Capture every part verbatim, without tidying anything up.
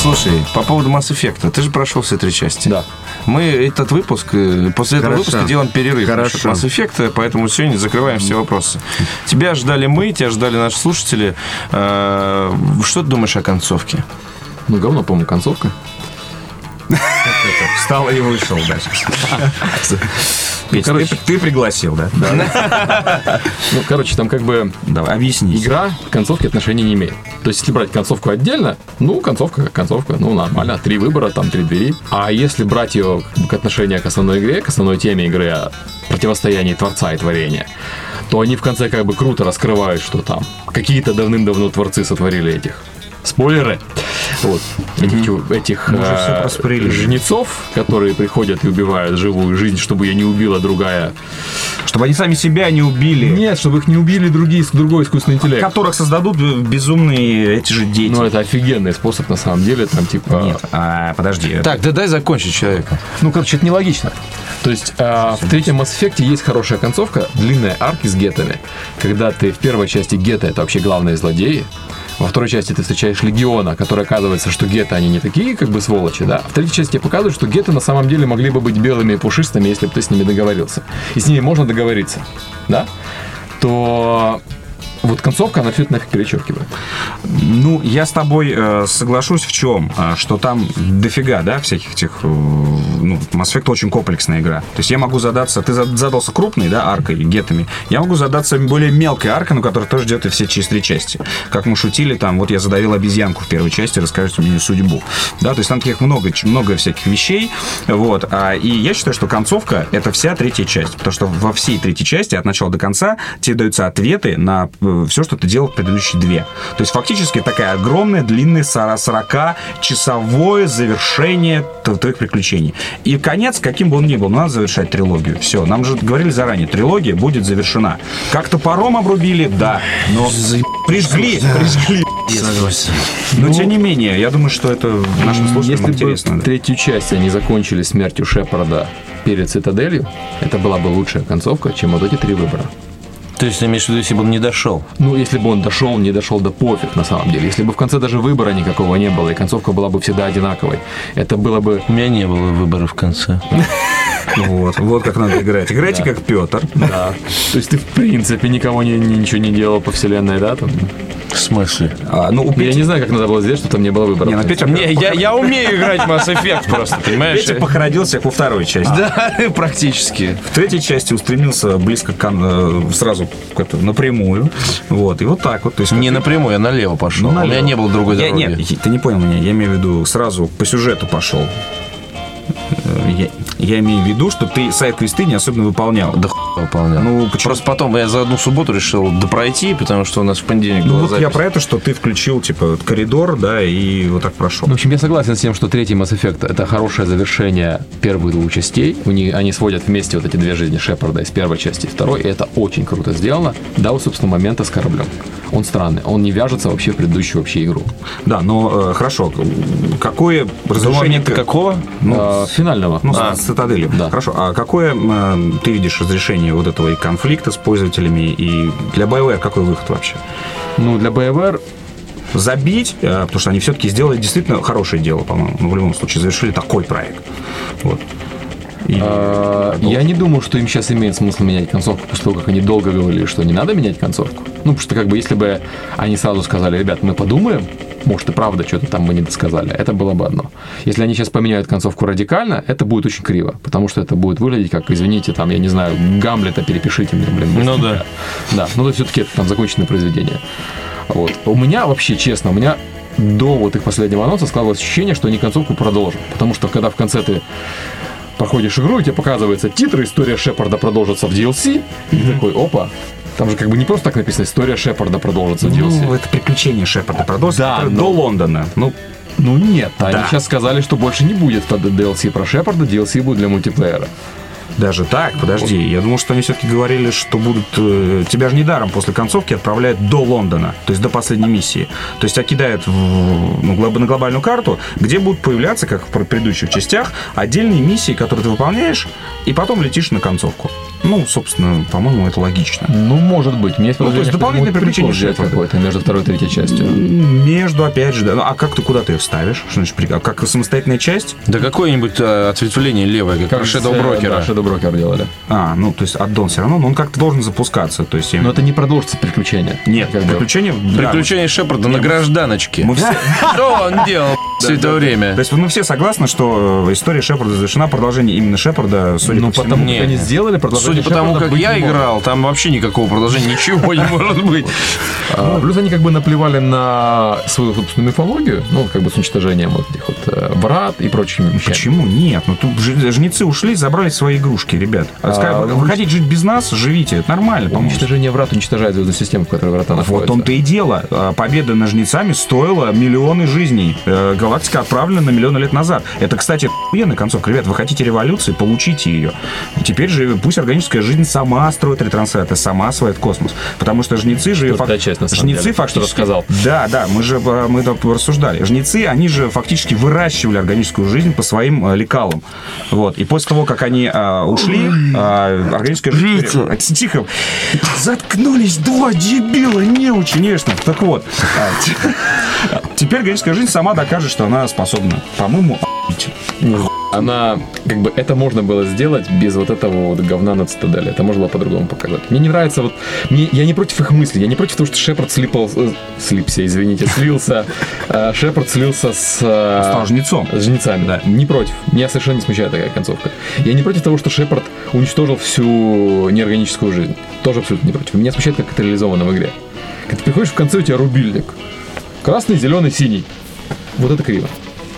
Слушай, по поводу Mass Effect, ты же прошел все три части. Да. Мы этот выпуск, после этого Хорошо. выпуска делаем перерыв. Хорошо. Mass Effect, поэтому сегодня закрываем все вопросы. Тебя ждали мы, тебя ждали наши слушатели. Что ты думаешь о концовке? Ну, говно, по-моему, концовка. Встал и вышел дальше. Петь, короче. ты, ты пригласил, да? Ну, короче, там как бы Давай, объясни. игра к концовке отношения не имеет. То есть, если брать концовку отдельно, ну, концовка как концовка, ну, нормально. Три выбора, там три двери. А если брать ее как бы к отношению к основной игре, к основной теме игры о противостоянии творца и творения, то они в конце как бы круто раскрывают, что там какие-то давным-давно творцы сотворили этих. Спойлеры. Вот. Этих, чу- этих Мы уже всё э, проспорили. жнецов, которые приходят и убивают живую жизнь, чтобы ее не убила другая. Чтобы они сами себя не убили. Нет, чтобы их не убили другие, другой искусственный интеллект. Которых создадут безумные эти же дети. Ну, это офигенный способ, на самом деле, там, типа... Нет, а, подожди. Так, да дай закончить человека. Ну, короче, это нелогично. То есть, э, в третьем Mass Effect есть хорошая концовка, длинная арки с геттами. Когда ты в первой части гетто — это вообще главные злодеи. Во второй части ты встречаешь Легиона, который оказывается, что гетто, они не такие, как бы, сволочи, да. В третьей части тебе показывают, что гетто на самом деле могли бы быть белыми и пушистыми, если бы ты с ними договорился. И с ними можно договориться, да. То... Вот концовка, она все это нафиг перечеркивает. Ну, я с тобой э, соглашусь в чем? А, что там дофига, да, всяких этих... Э, ну, Mass Effect очень комплексная игра. То есть я могу задаться... Ты задался крупной, да, аркой, геттами. Я могу задаться более мелкой аркой, но которая тоже идет и все через три части. Как мы шутили, там, вот я задавил обезьянку в первой части, расскажите мне судьбу. Да, то есть там таких много, много всяких вещей. Вот. А, и я считаю, что концовка — это вся третья часть. Потому что во всей третьей части, от начала до конца, тебе даются ответы на все, что ты делал в предыдущие две. То есть фактически такая огромная, длинная сорокачасовое завершение твоих приключений. И конец, каким бы он ни был, надо завершать трилогию. Все. Нам же говорили заранее, трилогия будет завершена. Как топором обрубили, да. Но прижгли, прижгли. Но тем не менее, я думаю, что это нашим слушателям Если интересно. бы Да. третью часть они закончили смертью Шепарда перед Цитаделью, это была бы лучшая концовка, чем вот эти три выбора. То есть, ты имеешь в виду, если бы он не дошел? Ну, если бы он дошел, не дошел, да пофиг, на самом деле. Если бы в конце даже выбора никакого не было, и концовка была бы всегда одинаковой, это было бы... У меня не было выбора в конце. Вот, вот как надо играть. Играйте как Петр. Да. То есть ты, в принципе, никого не, не- ничего не делал по вселенной, да? Там? В смысле? А, ну, у Я Пети... не знаю, как надо было сделать, чтобы там не было выбора. Не, ну, Петя, Не, я, я умею играть в Mass Effect просто, понимаешь? Петя похоронился во второй части. Да, практически. В третьей части устремился близко к кон- э, сразу к этому, напрямую. Вот, и вот так вот. То есть, Не как- напрямую, я налево пошел. Ну, У меня налево. не было другой Я- дороги. Нет, ты не понял меня. Я имею в виду, сразу по сюжету пошел. Э, Я, я имею в виду, что ты сайд-квесты не особенно выполнял. Да хуй выполнял. Ну, почему? Просто потом я за одну субботу решил допройти, потому что у нас в понедельник Ну, была вот запись. я про это, что ты включил, типа, коридор, да, и вот так прошел. В общем, я согласен с тем, что третий Mass Effect — это хорошее завершение первых двух частей. У них, они сводят вместе вот эти две жизни Шепарда из первой части и второй, и это очень круто сделано. Да, вот, собственно, момента с кораблем. Он странный, он не вяжется вообще в предыдущую вообще игру. Да, но э, хорошо. Какое До разрушение... момента какого? Ну, А, финального. Ну, А, с цитаделью. да. Хорошо. А какое э, ты видишь разрешение вот этого и конфликта с пользователями, и для BioWare какой выход вообще? Ну, для BioWare Забить, э, потому что они все-таки сделали действительно хорошее дело, по-моему. Ну, в любом случае, завершили такой проект. Вот. И- А, Я не думаю, что им сейчас имеет смысл менять концовку после того, как они долго говорили, что не надо менять концовку. Ну, потому что, как бы, если бы они сразу сказали, ребят, мы подумаем, может, и правда что-то там мы не досказали, это было бы одно. Если они сейчас поменяют концовку радикально, это будет очень криво, потому что это будет выглядеть как, извините, там, я не знаю, Гамлета перепишите мне, блин. Ну да. Да, ну, то все-таки это там законченное произведение. Вот. У меня вообще, честно, у меня до вот их последнего анонса складывалось ощущение, что они концовку продолжат, потому что, когда в конце ты проходишь игру, и тебе показывается титры, история Шепарда продолжится в ди эл си, и ты такой, опа, там же как бы не просто так написано, история Шепарда продолжится в ди эл си. Ну, это приключение Шепарда продолжится Да, которое но- до Лондона. Ну, Ну нет, они Да. сейчас сказали, что больше не будет ди эл си про Шепарда, ди эл си будет для мультиплеера. Даже так? Подожди. Я думал, что они все-таки говорили, что будут... Э, тебя же недаром после концовки отправляют до Лондона, то есть до последней миссии. То есть тебя кидают в, ну, глоб, на глобальную карту, где будут появляться, как в предыдущих частях, отдельные миссии, которые ты выполняешь, и потом летишь на концовку. Ну, собственно, по-моему, это логично. Ну, может быть. Мне есть ну, то есть дополнительное приключение Шепарда какое-то между второй и третьей частью. Между, опять же, да. Ну, а как ты куда ты ее вставишь? Что значит, как самостоятельная часть? Да какое-нибудь а, ответвление левое, как, как Shadow Broker. Да, Shadow Broker делали. А, ну, то есть аддон все равно, но он как-то должен запускаться. То есть, я... Но это не продолжится приключение. Нет, как приключение... Приключение да, Шепарда на гражданочке. Мы все... Что он делал все это время? То есть мы все согласны, что история Шепарда завершена, продолжение именно Шепарда, судя по всему. Ну, потому что они сделали продолжение Судя по тому, как я играл, там вообще никакого продолжения, ничего не может быть. А, плюс они как бы наплевали на свою собственную мифологию, ну, как бы с уничтожением вот этих вот э, врат и прочими вещами. Почему? Нет, ну тут жнецы ушли, забрали свои игрушки, ребят. А, Сказали, вы хотите жить без нас, живите, это нормально, по-моему. Уничтожение врат уничтожает звездную систему, в которой врата находятся. Вот том-то и дело. Победа над жнецами стоила миллионы жизней. Галактика отправлена на миллионы лет назад. Это, кстати, охуенная концовка. Ребят, вы хотите революции, получите ее. Теперь же пусть органическая жизнь сама строит ретрансляторы, сама освоит космос. Потому что жнецы же... Фак... часть, на самом жнецы деле, фактически... рассказал. Да, да, мы же мы это рассуждали. Жнецы, они же фактически выращивали органическую жизнь по своим э, лекалам. Вот. И после того, как они э, ушли, э, органическая жизнь... Э, тихо. Заткнулись два дебила, неучи, конечно. Так вот. Э, теперь органическая жизнь сама докажет, что она способна, по-моему, охуеть. Она, как бы, это можно было сделать без вот этого вот говна на цитадели. Это можно было по-другому показать. Мне не нравится вот... Мне, я не против их мыслей. Я не против того, что Шепард слипал... Слипся, извините, слился. Шепард слился с... Стал жнецом. С жнецами, да. Не против. Меня совершенно не смущает такая концовка. Я не против того, что Шепард уничтожил всю неорганическую жизнь. Тоже абсолютно не против. Меня смущает, как это реализовано в игре. Когда ты приходишь в конце, у тебя рубильник. Красный, зеленый, синий. Вот это криво.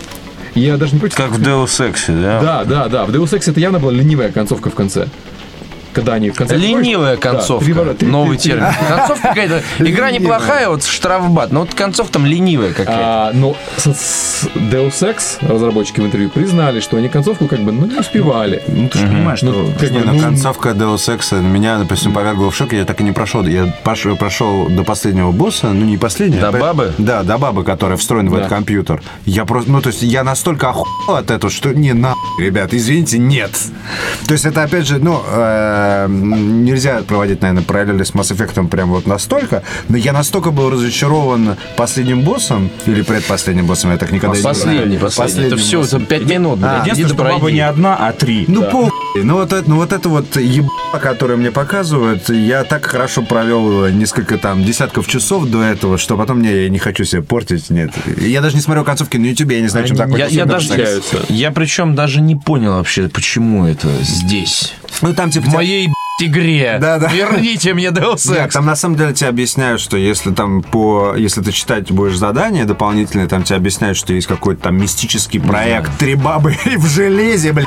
Я даже не против... Как в Deus Ex, да? Да, да, да. В Deus Ex это явно была ленивая концовка в конце. Когда они в конце... Ленивая концовка. Да, три, новый три, термин. Три. Концовка какая-то... Игра неплохая, вот штрафбат, но вот концовка там ленивая какая-то. А, но с, с Deus Ex разработчики в интервью признали, что они концовку как бы ну, не успевали. Ну, ты же угу. понимаешь, что... Ну, как не, бы, ну, концовка Deus Ex меня, допустим, повергла в шок, я так и не прошел. Я пошел, прошел до последнего босса, ну, не последнего. До а, бабы? Да, до бабы, которая встроена да. в этот компьютер. Я просто... Ну, то есть, я настолько охуел от этого, что не на... Ребят, извините, нет. То есть, это, опять же, ну... Э, нельзя проводить, наверное, параллели с Mass Effect прям вот настолько, но я настолько был разочарован последним боссом, или предпоследним боссом, я так никогда последний, не знаю. Последний, это все, это пять минут. А, единственное, что баба не одна, а три. Ну, да. пол... Ну вот, это, ну, вот это вот ебало, которое мне показывают, я так хорошо провел несколько там десятков часов до этого, что потом мне я не хочу себе портить, нет. Я даже не смотрел концовки на YouTube, я не знаю, чем так. Я, я, даже, я причем даже не понял вообще, почему это здесь. Ну, там типа... В моей... игре. Да, да. Верните мне Deus Ex. Нет, там на самом деле тебе объясняют, что если там по... Если ты читать будешь задания дополнительные, там тебе объясняют, что есть какой-то там мистический проект да. «Три бабы в железе», блядь,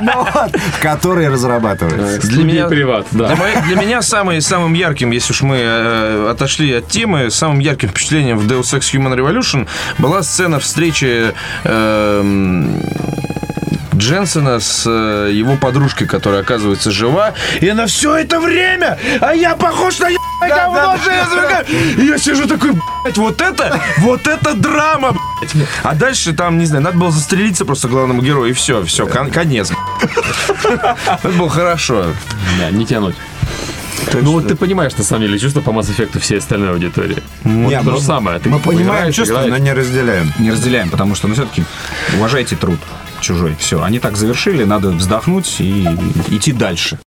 который разрабатывается. Для меня, приват, да. для, моей, для меня самый, самым ярким, если уж мы э, отошли от темы, самым ярким впечатлением в Deus Ex Human Revolution была сцена встречи э, Дженсена с э, его подружкой, которая оказывается жива, и на все это время, а я похож на ебаное да, говно да, да. И я сижу такой, блядь, вот это, вот это драма, блядь. А дальше там, не знаю, надо было застрелиться просто главному герою, и все, все, кон- конец. Это было хорошо. Да, не тянуть. Так ну что... вот ты понимаешь, на самом деле, чувство по Mass Effect всей остальной аудитории. Нет, вот то мы, же самое. Ты мы понимаем чувство, играешь. но не разделяем. Не разделяем, потому что, ну, все-таки уважайте труд чужой. Все, они так завершили, надо вздохнуть и идти дальше.